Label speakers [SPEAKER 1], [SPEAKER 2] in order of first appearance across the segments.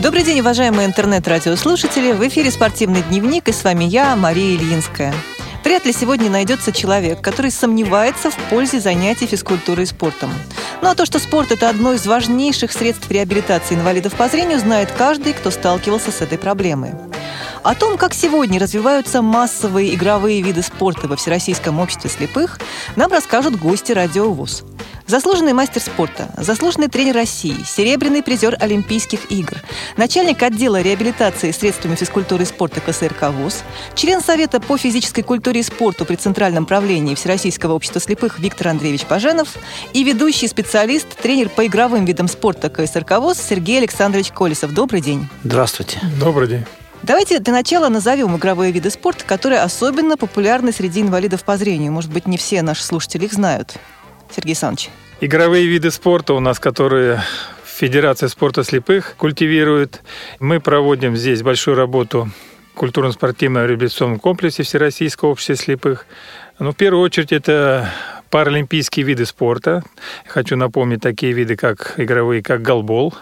[SPEAKER 1] Добрый день, уважаемые интернет-радиослушатели. В эфире «Спортивный дневник», и с вами я, Мария Ильинская. Вряд ли сегодня найдется человек, который сомневается в пользе занятий физкультурой и спортом. Ну а то, что спорт – это одно из важнейших средств реабилитации инвалидов по зрению, знает каждый, кто сталкивался с этой проблемой. О том, как сегодня развиваются массовые игровые виды спорта во Всероссийском обществе слепых, нам расскажут гости Радио ВУЗ. Заслуженный мастер спорта, заслуженный тренер России, серебряный призер Олимпийских игр, начальник отдела реабилитации средствами физкультуры и спорта КСРК ВУЗ, член Совета по физической культуре и спорту при Центральном правлении Всероссийского общества слепых Виктор Андреевич Баженов и ведущий специалист, тренер по игровым видам спорта КСРК ВУЗ Сергей Александрович Колесов. Добрый день.
[SPEAKER 2] Здравствуйте.
[SPEAKER 3] Добрый день.
[SPEAKER 1] Давайте для начала назовем игровые виды спорта, которые особенно популярны среди инвалидов по зрению. Может быть, не все наши слушатели их знают. Сергей Александрович.
[SPEAKER 3] Игровые виды спорта у нас, которые Федерация спорта слепых культивирует. Мы проводим здесь большую работу в культурно-спортивном реабилитационном комплексе Всероссийского общества слепых. Но в первую очередь это паралимпийские виды спорта. Хочу напомнить такие виды, как игровые, как голбол.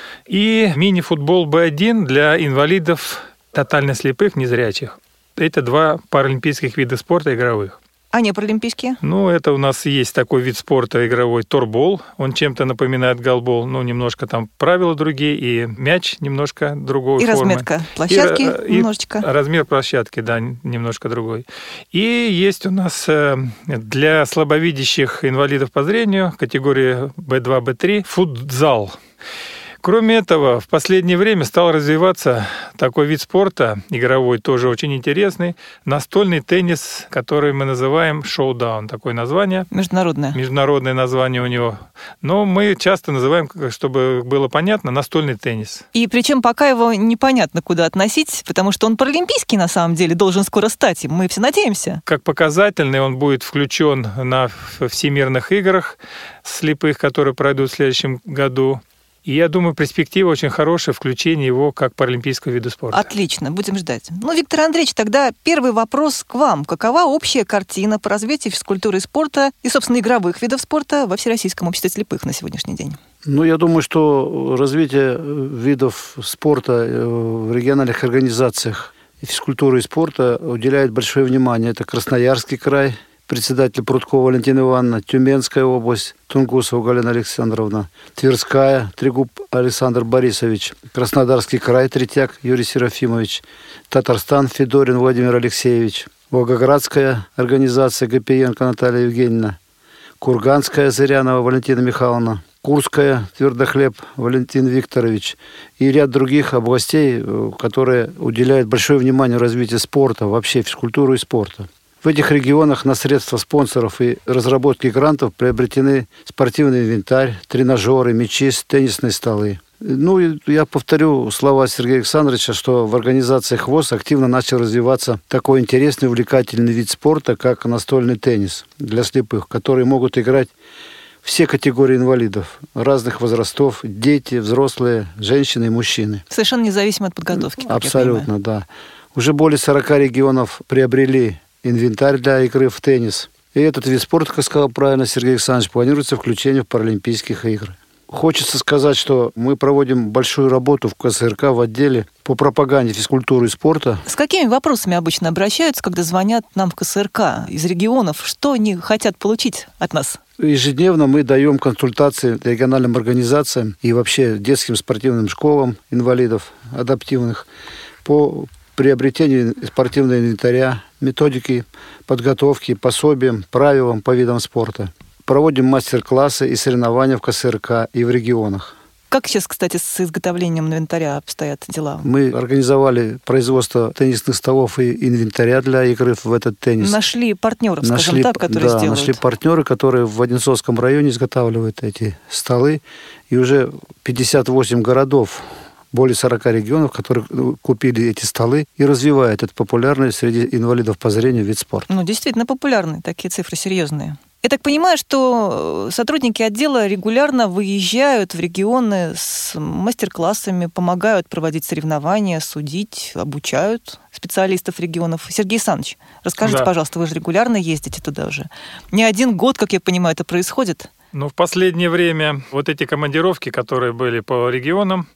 [SPEAKER 3] И мини-футбол Б1 для инвалидов тотально слепых, незрячих. Это два паралимпийских вида спорта игровых.
[SPEAKER 1] А не паралимпийские?
[SPEAKER 3] Это у нас есть такой вид спорта игровой торбол. Он чем-то напоминает голбол. Немножко там правила другие, и мяч немножко другой формы.
[SPEAKER 1] И разметка площадки немножечко.
[SPEAKER 3] Размер площадки, да, немножко другой. И есть у нас для слабовидящих инвалидов по зрению категории Б2, Б3 футзал. Кроме этого, в последнее время стал развиваться такой вид спорта, игровой, тоже очень интересный, настольный теннис, который мы называем шоу-даун, такое название.
[SPEAKER 1] Международное.
[SPEAKER 3] Международное название у него. Но мы часто называем, чтобы было понятно, настольный теннис.
[SPEAKER 1] И причем пока его непонятно, куда относить, потому что он паралимпийский на самом деле, должен скоро стать, и мы все надеемся.
[SPEAKER 3] Как показательный он будет включен на Всемирных играх слепых, которые пройдут в следующем году. И я думаю, перспектива очень хорошая, включение его как паралимпийского вида спорта.
[SPEAKER 1] Отлично, будем ждать. Виктор Андреевич, тогда первый вопрос к вам. Какова общая картина по развитию физкультуры и спорта и, собственно, игровых видов спорта во Всероссийском обществе слепых на сегодняшний день?
[SPEAKER 2] Я думаю, что развитие видов спорта в региональных организациях физкультуры и спорта уделяет большое внимание. Это Красноярский край, председатель Прудкова Валентина Ивановна, Тюменская область, Тунгусова Галина Александровна, Тверская, Трегуб Александр Борисович, Краснодарский край, Третьяк Юрий Серафимович, Татарстан, Федорин Владимир Алексеевич, Волгоградская организация Гапиенко Наталья Евгеньевна, Курганская Зырянова Валентина Михайловна, Курская Твердохлеб Валентин Викторович и ряд других областей, которые уделяют большое внимание развитию спорта, вообще физкультуры и спорта. В этих регионах на средства спонсоров и разработки грантов приобретены спортивный инвентарь, тренажеры, мячи, теннисные столы. Я повторю слова Сергея Александровича, что в организациях ВОС активно начал развиваться такой интересный, увлекательный вид спорта, как настольный теннис для слепых, которые могут играть все категории инвалидов разных возрастов, дети, взрослые, женщины и мужчины.
[SPEAKER 1] Совершенно независимо от подготовки.
[SPEAKER 2] Абсолютно, да. Уже более 40 регионов приобрели инвентарь для игры в теннис. И этот вид спорта, как сказал правильно Сергей Александрович, планируется включение в Паралимпийские игры. Хочется сказать, что мы проводим большую работу в КСРК в отделе по пропаганде физкультуры и спорта.
[SPEAKER 1] С какими вопросами обычно обращаются, когда звонят нам в КСРК из регионов? Что они хотят получить от нас?
[SPEAKER 2] Ежедневно мы даем консультации региональным организациям и вообще детским спортивным школам инвалидов адаптивных по приобретению спортивного инвентаря, методики подготовки, пособиям, правилам по видам спорта. Проводим мастер-классы и соревнования в КСРК и в регионах.
[SPEAKER 1] Как сейчас, кстати, с изготовлением инвентаря обстоят дела?
[SPEAKER 2] Мы организовали производство теннисных столов и инвентаря для игры в этот теннис.
[SPEAKER 1] Нашли партнеров, скажем так, которые сделают.
[SPEAKER 2] Нашли партнеры, которые в Одинцовском районе изготавливают эти столы. И уже 58 городов, более 40 регионов, которые купили эти столы и развивают этот популярный среди инвалидов по зрению вид спорта.
[SPEAKER 1] Действительно популярный, такие цифры серьезные. Я так понимаю, что сотрудники отдела регулярно выезжают в регионы с мастер-классами, помогают проводить соревнования, судить, обучают специалистов регионов. Сергей Александрович, расскажите, пожалуйста, вы же регулярно ездите туда уже. Не один год, как я понимаю, это происходит?
[SPEAKER 3] В последнее время эти командировки, которые были по регионам,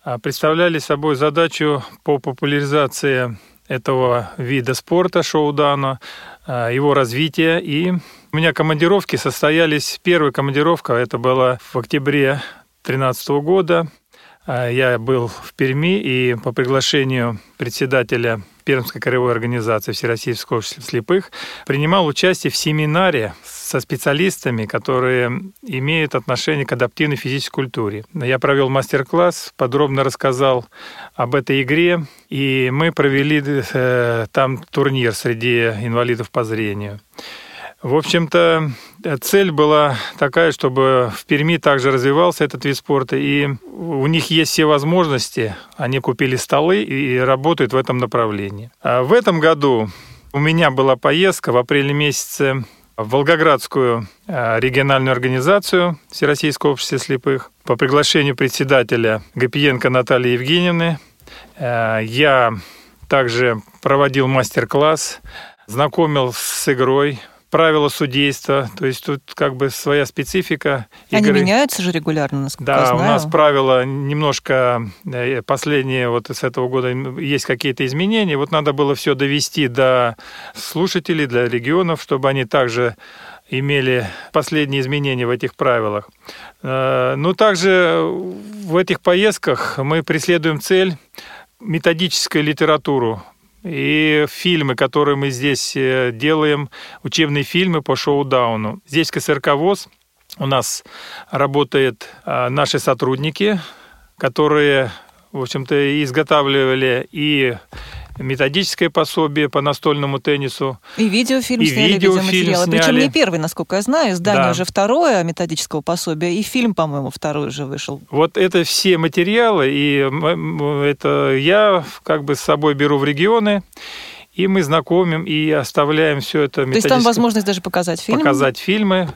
[SPEAKER 3] представляли собой задачу по популяризации этого вида спорта, шоу-дауна, его развития. И у меня командировки состоялись. Первая командировка, это была в октябре 2013 года. Я был в Перми и по приглашению председателя Пермской краевой организации Всероссийского общества слепых принимал участие в семинаре со специалистами, которые имеют отношение к адаптивной физической культуре. Я провел мастер-класс, подробно рассказал об этой игре, и мы провели там турнир среди инвалидов по зрению. В общем-то, цель была такая, чтобы в Перми также развивался этот вид спорта, и у них есть все возможности. Они купили столы и работают в этом направлении. А в этом году у меня была поездка в апреле месяце в Волгоградскую региональную организацию Всероссийского общества слепых по приглашению председателя Гапиенко Натальи Евгеньевны. Я также проводил мастер-класс, знакомил с игрой, правила судейства, то есть тут как бы своя специфика игры.
[SPEAKER 1] Они меняются же регулярно, насколько я знаю.
[SPEAKER 3] Да, у нас правила немножко, последние вот с этого года есть какие-то изменения. Вот надо было все довести до слушателей, для регионов, чтобы они также имели последние изменения в этих правилах. Но также в этих поездках мы преследуем цель методическую литературу. И фильмы, которые мы здесь делаем, учебные фильмы по шоу-дауну. Здесь в КСРК ВОС у нас работают наши сотрудники, которые, в общем-то, изготавливали и методическое пособие по настольному теннису.
[SPEAKER 1] И видеофильм сняли, видеоматериалы. Причем не первый, насколько я знаю. Издание уже второе методического пособия. И фильм, по-моему, второй уже вышел.
[SPEAKER 3] Вот это все материалы. И это я как бы с собой беру в регионы. И мы знакомим и оставляем все это методическое.
[SPEAKER 1] То есть там возможность даже показать фильмы?
[SPEAKER 3] Показать фильмы.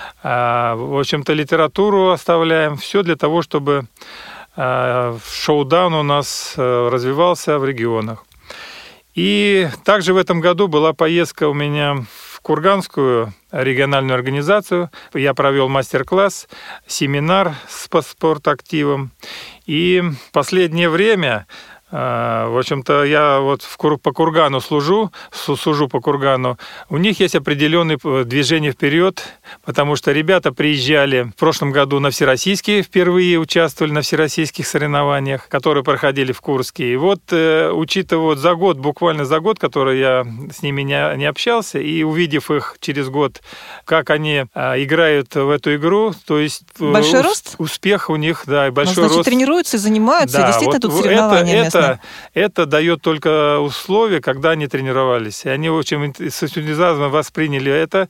[SPEAKER 3] В общем-то, литературу оставляем. Все для того, чтобы шоу-даун у нас развивался в регионах. И также в этом году была поездка у меня в Курганскую региональную организацию. Я провел мастер-класс, семинар по спортактивам. И в последнее время, в общем-то, я вот по Кургану сужу по Кургану. У них есть определенные движения вперед, потому что ребята приезжали в прошлом году на всероссийские, впервые участвовали на всероссийских соревнованиях, которые проходили в Курске. И вот, учитывая буквально за год, который я с ними не общался, и увидев их через год, как они играют в эту игру, то есть
[SPEAKER 1] большой рост?
[SPEAKER 3] Успех у них, да, и большой рост.
[SPEAKER 1] Значит, тренируются и занимаются, да, и действительно вот тут соревнования местные.
[SPEAKER 3] Это дает только условия, когда они тренировались. И они очень с энтузиазмом восприняли это.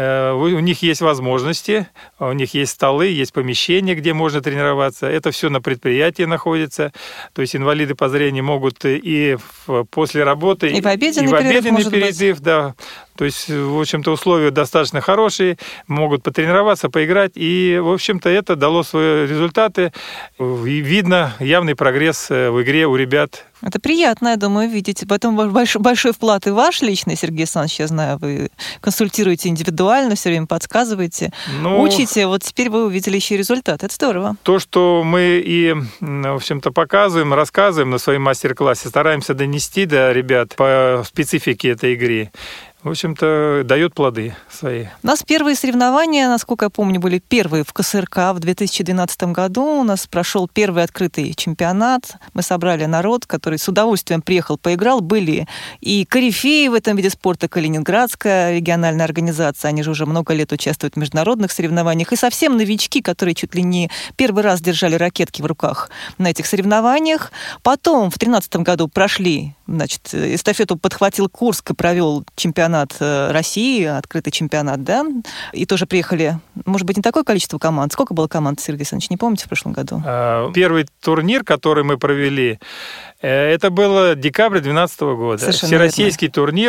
[SPEAKER 3] У них есть возможности, у них есть столы, есть помещения, где можно тренироваться. Это все на предприятии находится. То есть инвалиды по зрению могут и после работы,
[SPEAKER 1] и в обеденный перерыв,
[SPEAKER 3] да. То есть, в общем-то, условия достаточно хорошие, могут потренироваться, поиграть. И, в общем-то, это дало свои результаты. И видно явный прогресс в игре у ребят.
[SPEAKER 1] Это приятно, я думаю, видеть. Поэтому большой вклад и ваш личный, Сергей Александрович, я знаю, вы консультируете индивидуально, все время подсказываете, учите. Вот теперь вы увидели еще результат. Это здорово.
[SPEAKER 3] То, что мы и, в общем-то, показываем, рассказываем на своем мастер-классе, стараемся донести до ребят по специфике этой игры, в общем-то, дает плоды свои.
[SPEAKER 1] У нас первые соревнования, насколько я помню, были первые в КСРК в 2012 году. У нас прошел первый открытый чемпионат. Мы собрали народ, который с удовольствием приехал, поиграл. Были и корифеи в этом виде спорта, Калининградская региональная организация. Они же уже много лет участвуют в международных соревнованиях. И совсем новички, которые чуть ли не первый раз держали ракетки в руках на этих соревнованиях. Потом в 2013 году прошли, значит, эстафету подхватил Курск и провел чемпионат России, открытый чемпионат, да? И тоже приехали, может быть, не такое количество команд. Сколько было команд, Сергей Александрович, не помните, в прошлом году?
[SPEAKER 3] Первый турнир, который мы провели, это было декабрь 2012 года. Совершенно Всероссийский турнир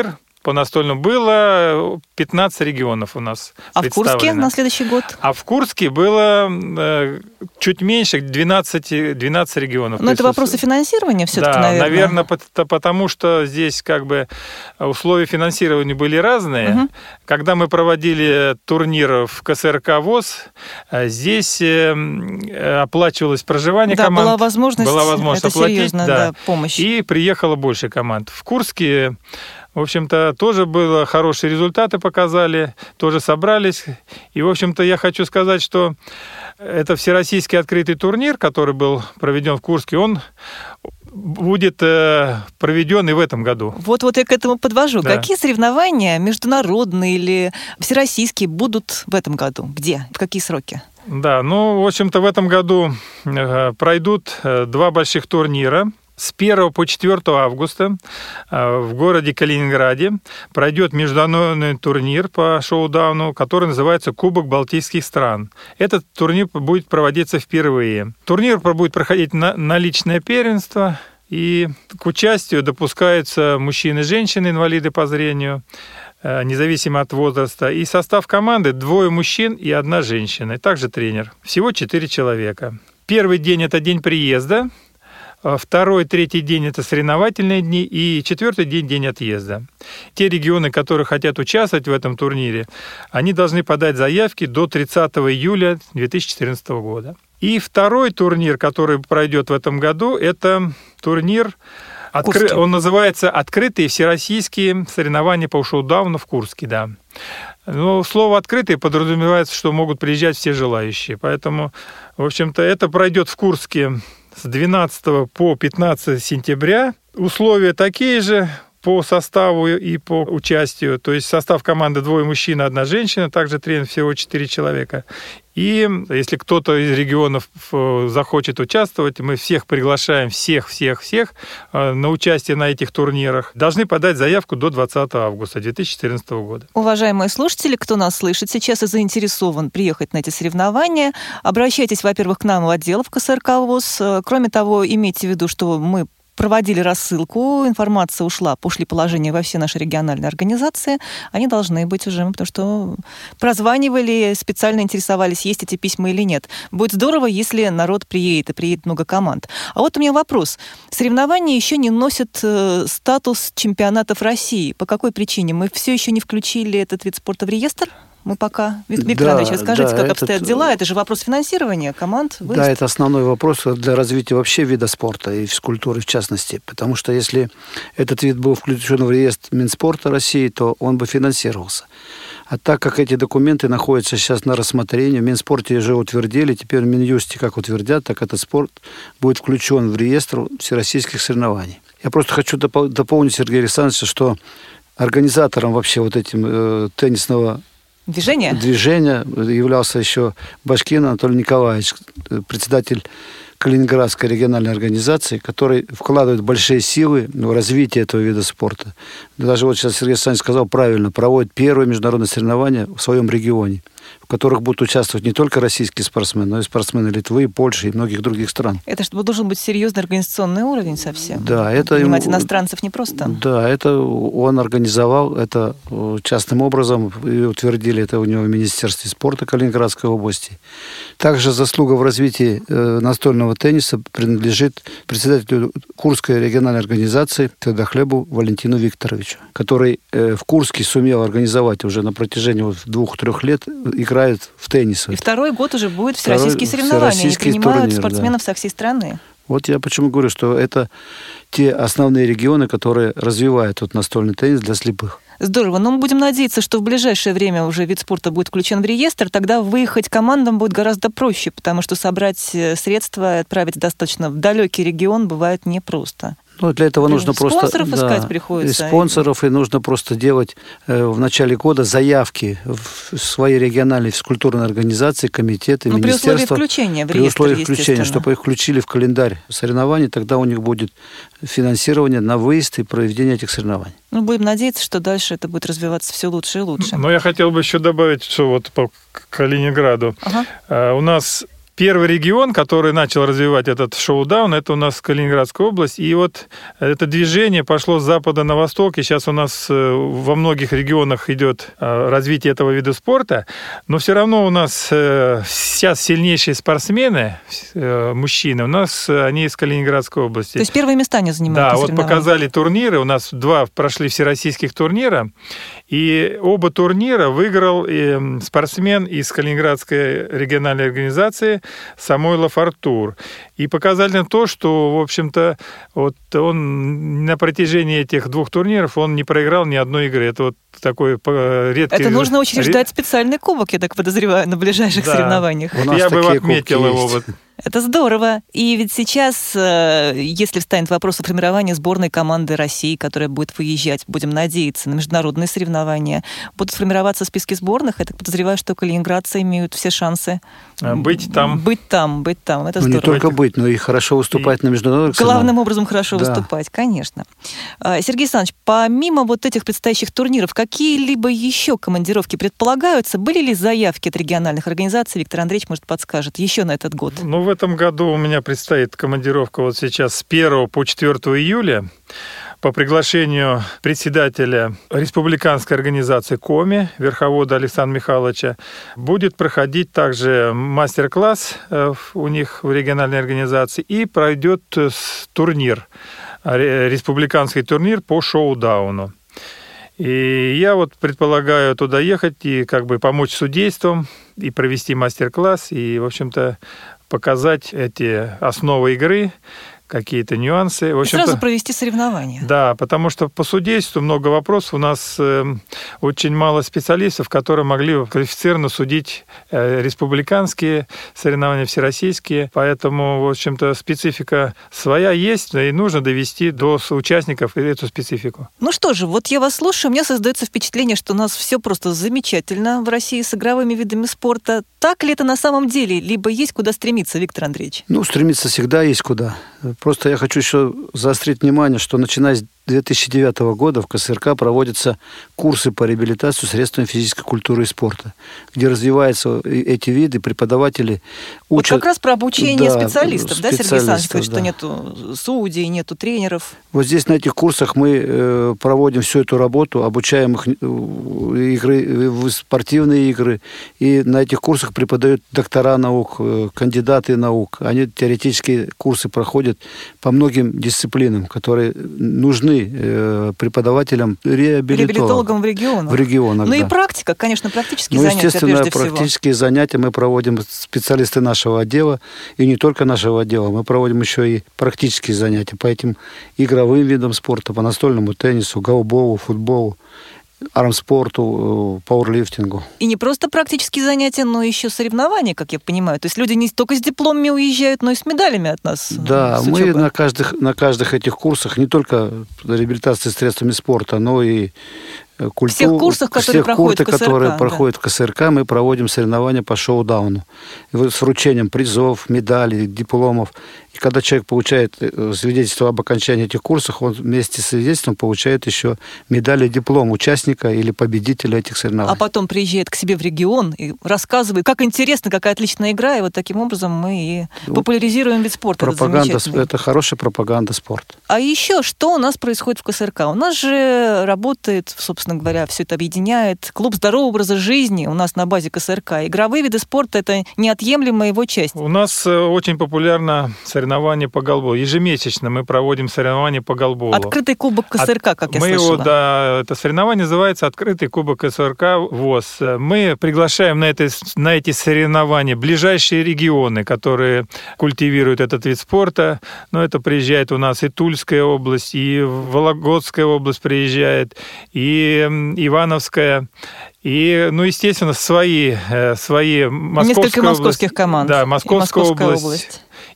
[SPEAKER 3] по настольному было 15 регионов у нас.
[SPEAKER 1] А в Курске на следующий год?
[SPEAKER 3] А в Курске было чуть меньше, 12 регионов.
[SPEAKER 1] Но это вопросы финансирования все-таки, наверное?
[SPEAKER 3] Наверное, потому что здесь как бы условия финансирования были разные. Угу. Когда мы проводили турнир в КСРК ВОС, здесь оплачивалось проживание команд.
[SPEAKER 1] Была возможность это
[SPEAKER 3] оплатить,
[SPEAKER 1] серьезно, помощь.
[SPEAKER 3] И приехало больше команд. В Курске, в общем-то, тоже было хорошие результаты показали, тоже собрались. И, в общем-то, я хочу сказать, что это всероссийский открытый турнир, который был проведен в Курске, он будет проведен и в этом году.
[SPEAKER 1] Вот я к этому подвожу. Да. Какие соревнования, международные или всероссийские, будут в этом году? Где? В какие сроки?
[SPEAKER 3] Да, в общем-то, в этом году пройдут 2 больших турнира. С 1 по 4 августа в городе Калининграде пройдет международный турнир по шоу-дауну, который называется «Кубок Балтийских стран». Этот турнир будет проводиться впервые. Турнир будет проходить на личное первенство, и к участию допускаются мужчины и женщины, инвалиды по зрению, независимо от возраста. И состав команды 2 мужчин и 1 женщина, и также тренер. Всего 4 человека. Первый день – это день приезда. 2-й, 3-й день – это соревновательные дни, и 4-й день – день отъезда. Те регионы, которые хотят участвовать в этом турнире, они должны подать заявки до 30 июля 2014 года. И 2-й турнир, который пройдет в этом году, это турнир, он называется «Открытые всероссийские соревнования по шоу-дауну в Курске». Да. Но слово «открытые» подразумевается, что могут приезжать все желающие. Поэтому, в общем-то, это пройдет в Курске с 12 по 15 сентября. Условия такие же по составу и по участию. То есть состав команды 2 мужчин, 1 женщина, также тренер, всего 4 человека. И если кто-то из регионов захочет участвовать, мы всех приглашаем, всех на участие на этих турнирах. Должны подать заявку до 20 августа 2014 года.
[SPEAKER 1] Уважаемые слушатели, кто нас слышит сейчас и заинтересован приехать на эти соревнования, обращайтесь, во-первых, к нам в отдел в КСРК ВОС. Кроме того, имейте в виду, что мы проводили рассылку, информация пошли положения во все наши региональные организации. Они должны быть уже, потому что прозванивали, специально интересовались, есть эти письма или нет. Будет здорово, если народ приедет, и приедет много команд. А вот у меня вопрос. Соревнования еще не носят статус чемпионатов России. По какой причине? Мы все еще не включили этот вид спорта в реестр? Мы пока... Виктор Андреевич, вы скажите, как обстоят дела? Это же вопрос финансирования команд, выезд.
[SPEAKER 2] Да, это основной вопрос для развития вообще вида спорта и физкультуры в частности. Потому что если этот вид был включен в реестр Минспорта России, то он бы финансировался. А так как эти документы находятся сейчас на рассмотрении, в Минспорте уже утвердили, теперь в Минюсте как утвердят, так этот спорт будет включен в реестр всероссийских соревнований. Я просто хочу дополнить Сергея Александровича, что организатором вообще этим теннисного движения являлся еще Башкин Анатолий Николаевич, председатель Калининградской региональной организации, который вкладывает большие силы в развитие этого вида спорта. Даже сейчас Сергей Александрович сказал правильно, проводит первые международные соревнования в своем регионе, в которых будут участвовать не только российские спортсмены, но и спортсмены Литвы, Польши и многих других стран.
[SPEAKER 1] Это что, должен быть серьезный организационный уровень совсем?
[SPEAKER 2] Да, это
[SPEAKER 1] понимать иностранцев непросто.
[SPEAKER 2] Да, это он организовал это частным образом и утвердили это у него в Министерстве спорта Калининградской области. Также заслуга в развитии настольного тенниса принадлежит председателю Курской региональной организации Твердохлебу Валентину Викторовичу, который в Курске сумел организовать уже на протяжении 2-3 лет играет в теннис.
[SPEAKER 1] И 2-й год уже будет всероссийские соревнования. И принимают турнир, спортсменов со всей страны.
[SPEAKER 2] Вот я почему говорю, что это те основные регионы, которые развивают настольный теннис для слепых.
[SPEAKER 1] Здорово. Но мы будем надеяться, что в ближайшее время уже вид спорта будет включен в реестр. Тогда выехать командам будет гораздо проще, потому что собрать средства и отправить достаточно в далекий регион бывает непросто.
[SPEAKER 2] Для этого нужно
[SPEAKER 1] спонсоров искать приходится.
[SPEAKER 2] И спонсоров, и нужно просто делать в начале года заявки в свои региональные физкультурные организации, комитеты, министерства.
[SPEAKER 1] При условии включения в реестр,
[SPEAKER 2] при условии включения, чтобы их включили в календарь соревнований, тогда у них будет финансирование на выезд и проведение этих соревнований.
[SPEAKER 1] Будем надеяться, что дальше это будет развиваться все лучше и лучше.
[SPEAKER 3] Но я хотел бы еще добавить, что по Калининграду. У нас Первый регион, который начал развивать этот шоу-даун, это у нас Калининградская область. И вот это движение пошло с запада на восток, и сейчас у нас во многих регионах идет развитие этого вида спорта. Но все равно у нас сейчас сильнейшие спортсмены, мужчины, у нас они из Калининградской области.
[SPEAKER 1] То есть первые места не занимают.
[SPEAKER 3] Да, вот показали турниры, у нас 2 прошли всероссийских турнира, и оба турнира выиграл спортсмен из Калининградской региональной организации Самойлов Артур. И показательно то, что, в общем-то, вот он на протяжении этих 2 турниров он не проиграл ни одной игры. Это вот такой редкий...
[SPEAKER 1] Это нужно учреждать специальный кубок, я так подозреваю, на ближайших соревнованиях.
[SPEAKER 3] Я бы отметил его. Вот.
[SPEAKER 1] Это здорово. И ведь сейчас, если встанет вопрос о формировании сборной команды России, которая будет выезжать, будем надеяться, на международные соревнования, будут формироваться списки сборных, я так подозреваю, что калининградцы имеют все шансы
[SPEAKER 3] быть там.
[SPEAKER 1] Быть там. Это здорово.
[SPEAKER 2] Не только быть, но и хорошо выступать на международных соревнованиях.
[SPEAKER 1] Главным образом хорошо выступать, конечно. Сергей Александрович, помимо вот этих предстоящих турниров, какие-либо еще командировки предполагаются? Были ли заявки от региональных организаций? Виктор Андреевич, может, подскажет, еще на этот год?
[SPEAKER 3] В этом году у меня предстоит командировка вот сейчас с 1 по 4 июля по приглашению председателя республиканской организации КОМИ, верховода Александра Михайловича. Будет проходить также мастер-класс у них в региональной организации и пройдет турнир, республиканский турнир по шоу-дауну. И я вот предполагаю туда ехать и как бы помочь судействам, и провести мастер-класс, и, в общем-то, показать эти основы игры, какие-то нюансы. В общем-то,
[SPEAKER 1] сразу провести соревнования.
[SPEAKER 3] Да, потому что по судейству много вопросов. У нас очень мало специалистов, которые могли квалифицированно судить республиканские соревнования, всероссийские. Поэтому, в общем-то, специфика своя есть, и нужно довести до участников эту специфику.
[SPEAKER 1] Ну что же, вот я вас слушаю, у меня создается впечатление, что у нас все просто замечательно в России с игровыми видами спорта. Так ли это на самом деле? Либо есть куда стремиться, Виктор Андреевич?
[SPEAKER 2] Стремиться всегда есть куда. Просто я хочу еще заострить внимание, что начиная с 2009 года в КСРК проводятся курсы по реабилитации средствами физической культуры и спорта, где развиваются эти виды, преподаватели учат...
[SPEAKER 1] Вот как раз про обучение специалистов, да, Сергей Александрович говорит, что нету судей, нету тренеров?
[SPEAKER 2] Вот здесь на этих курсах мы проводим всю эту работу, обучаем их в спортивные игры, и на этих курсах преподают доктора наук, кандидаты наук. Они теоретические курсы проходят по многим дисциплинам, которые нужны преподавателям, реабилитологам
[SPEAKER 1] в регионах.
[SPEAKER 2] В регионах,
[SPEAKER 1] и практика, конечно, практические занятия
[SPEAKER 2] естественно,
[SPEAKER 1] прежде всего.
[SPEAKER 2] практические занятия мы проводим специалисты нашего отдела, и не только нашего отдела. Мы проводим еще и практические занятия по этим игровым видам спорта, по настольному теннису, голболу, футболу, армспорту, пауэрлифтингу. И
[SPEAKER 1] не просто практические занятия, но еще соревнования, как я понимаю. То есть люди не только с дипломами уезжают, но и с медалями от нас.
[SPEAKER 2] Да, мы на каждых этих курсах не только реабилитации средствами спорта, но и
[SPEAKER 1] всех курсах, которые
[SPEAKER 2] проходят в КСРК, мы проводим соревнования по шоу-дауну. С вручением призов, медалей, дипломов. И когда человек получает свидетельство об окончании этих курсов, он вместе с свидетельством получает еще медаль и диплом участника или победителя этих соревнований.
[SPEAKER 1] А потом приезжает к себе в регион и рассказывает, как интересно, какая отличная игра. И вот таким образом мы и популяризируем вид спорта.
[SPEAKER 2] Это хорошая пропаганда спорта.
[SPEAKER 1] А еще что у нас происходит в КСРК? У нас же работает, собственно говоря, все это объединяет клуб здорового образа жизни у нас на базе КСРК. Игровые виды спорта – это неотъемлемая его часть.
[SPEAKER 3] У нас очень популярно соревнования по голболу. Ежемесячно мы проводим соревнования по голболу.
[SPEAKER 1] Открытый кубок КСРК, как я слышала.
[SPEAKER 3] Это соревнование называется «Открытый кубок КСРК ВОС». Мы приглашаем на эти соревнования ближайшие регионы, которые культивируют этот вид спорта. Это приезжает у нас и Тульская область, и Вологодская область приезжает, и Ивановская, и, естественно, свои
[SPEAKER 1] несколько московских команд.
[SPEAKER 3] Да, Московская область.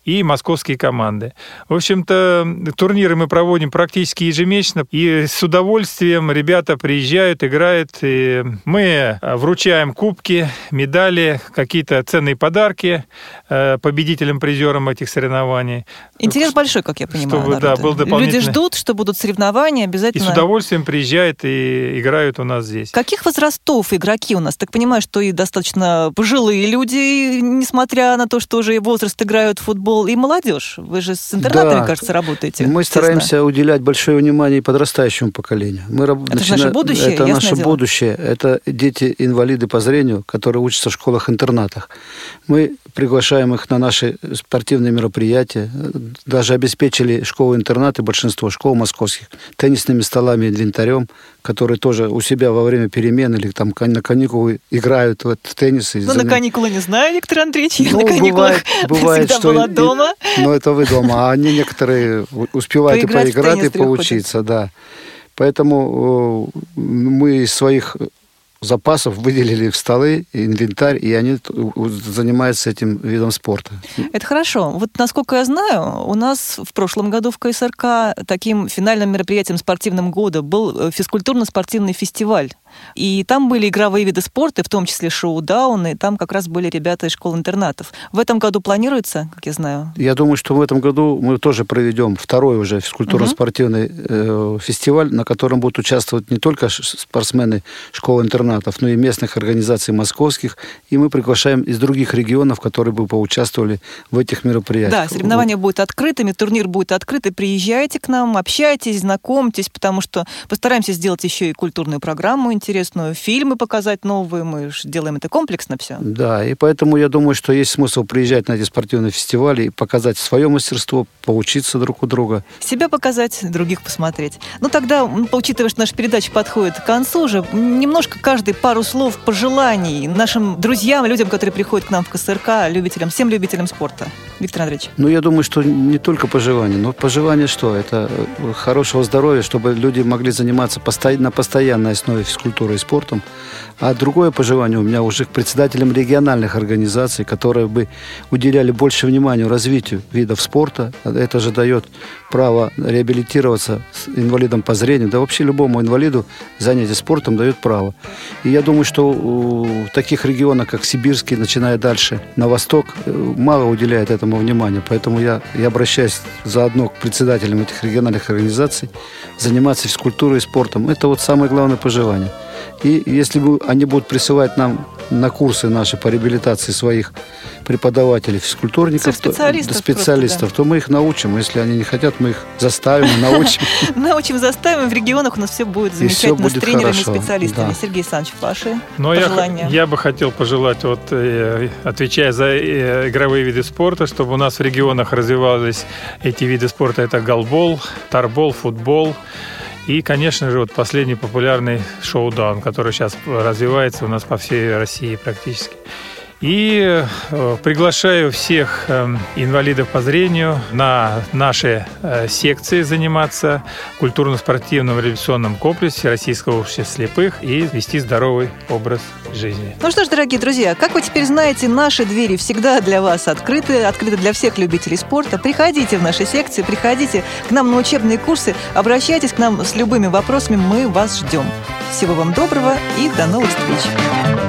[SPEAKER 3] и московские команды. В общем-то, турниры мы проводим практически ежемесячно, и с удовольствием ребята приезжают, играют, и мы вручаем кубки, медали, какие-то ценные подарки победителям, призерам этих соревнований.
[SPEAKER 1] Интерес большой, как я понимаю,
[SPEAKER 3] чтобы, да, был дополнительный...
[SPEAKER 1] Люди ждут, что будут соревнования, обязательно.
[SPEAKER 3] И с удовольствием приезжают и играют у нас здесь.
[SPEAKER 1] Каких возрастов игроки у нас? Так понимаю, что и достаточно пожилые люди, несмотря на то, что уже и возраст играют в футбол, и молодежь. Вы же с интернатами, кажется, работаете.
[SPEAKER 2] Мы стараемся уделять большое внимание и подрастающему поколению.
[SPEAKER 1] Это же наше будущее,
[SPEAKER 2] это наше
[SPEAKER 1] дело.
[SPEAKER 2] Будущее. Это дети-инвалиды по зрению, которые учатся в школах-интернатах. Мы приглашаем их на наши спортивные мероприятия. Даже обеспечили школы-интернаты, большинство школ московских, теннисными столами и инвентарем, которые тоже у себя во время перемен или там на каникулы играют в теннис.
[SPEAKER 1] На каникулы не знаю, Виктор Андреевич. Я на каникулах
[SPEAKER 2] бывает,
[SPEAKER 1] всегда была дома.
[SPEAKER 2] Но это вы дома. А они некоторые успевают и поиграть, и поучиться. Да. Поэтому мы из своих запасов выделили в столы, инвентарь, и они занимаются этим видом спорта.
[SPEAKER 1] Это хорошо. Вот, насколько я знаю, у нас в прошлом году в КСРК таким финальным мероприятием спортивным года был физкультурно-спортивный фестиваль. И там были игровые виды спорта, в том числе шоу-дауны, и там как раз были ребята из школ-интернатов. В этом году планируется, как я знаю?
[SPEAKER 2] Я думаю, что в этом году мы тоже проведем второй уже физкультурно-спортивный фестиваль, на котором будут участвовать не только спортсмены школ-интернатов, но и местных организаций московских. И мы приглашаем из других регионов, которые бы поучаствовали в этих мероприятиях.
[SPEAKER 1] Да, соревнования будут открытыми, турнир будет открытый. Приезжайте к нам, общайтесь, знакомьтесь, потому что постараемся сделать еще и культурную программу интересную, фильмы показать новые. Мы же делаем это комплексно все.
[SPEAKER 2] Да, и поэтому я думаю, что есть смысл приезжать на эти спортивные фестивали и показать свое мастерство, поучиться друг у друга.
[SPEAKER 1] Себя показать, других посмотреть. Ну тогда, учитывая, что наша передача подходит к концу уже, немножко каждый пару слов пожеланий нашим друзьям, людям, которые приходят к нам в КСРК, любителям, всем любителям спорта. Виктор Андреевич.
[SPEAKER 2] Ну, я думаю, что не только пожелания. Но пожелания что? Это хорошего здоровья, чтобы люди могли заниматься на постоянной основе физкультурой и спортом. А другое пожелание у меня уже к председателям региональных организаций, которые бы уделяли больше внимания развитию видов спорта. Это же дает право реабилитироваться инвалидам по зрению. Да вообще любому инвалиду занятие спортом дает право. И я думаю, что в таких регионах, как Сибирский, начиная дальше на восток, мало уделяет этому внимания. Поэтому я обращаюсь заодно к председателям этих региональных организаций заниматься физкультурой и спортом. Это вот самое главное пожелание. И если они будут присылать нам на курсы наши по реабилитации своих преподавателей, физкультурников, специалистов, то мы их научим. Если они не хотят, мы их заставим и научим.
[SPEAKER 1] Научим, заставим. В регионах у нас все будет замечательно с тренерами и специалистами. Сергей Александрович, ваши пожелания? Я
[SPEAKER 3] бы хотел пожелать, отвечая за игровые виды спорта, чтобы у нас в регионах развивались эти виды спорта. Это голбол, тарбол, футбол. И, конечно же, последний популярный шоу-даун, который сейчас развивается у нас по всей России практически. И приглашаю всех инвалидов по зрению на наши секции заниматься в культурно-спортивном реабилитационном комплексе Российского общества слепых и вести здоровый образ жизни.
[SPEAKER 1] Ну что ж, дорогие друзья, как вы теперь знаете, наши двери всегда для вас открыты для всех любителей спорта. Приходите в наши секции, приходите к нам на учебные курсы, обращайтесь к нам с любыми вопросами, мы вас ждем. Всего вам доброго и до новых встреч!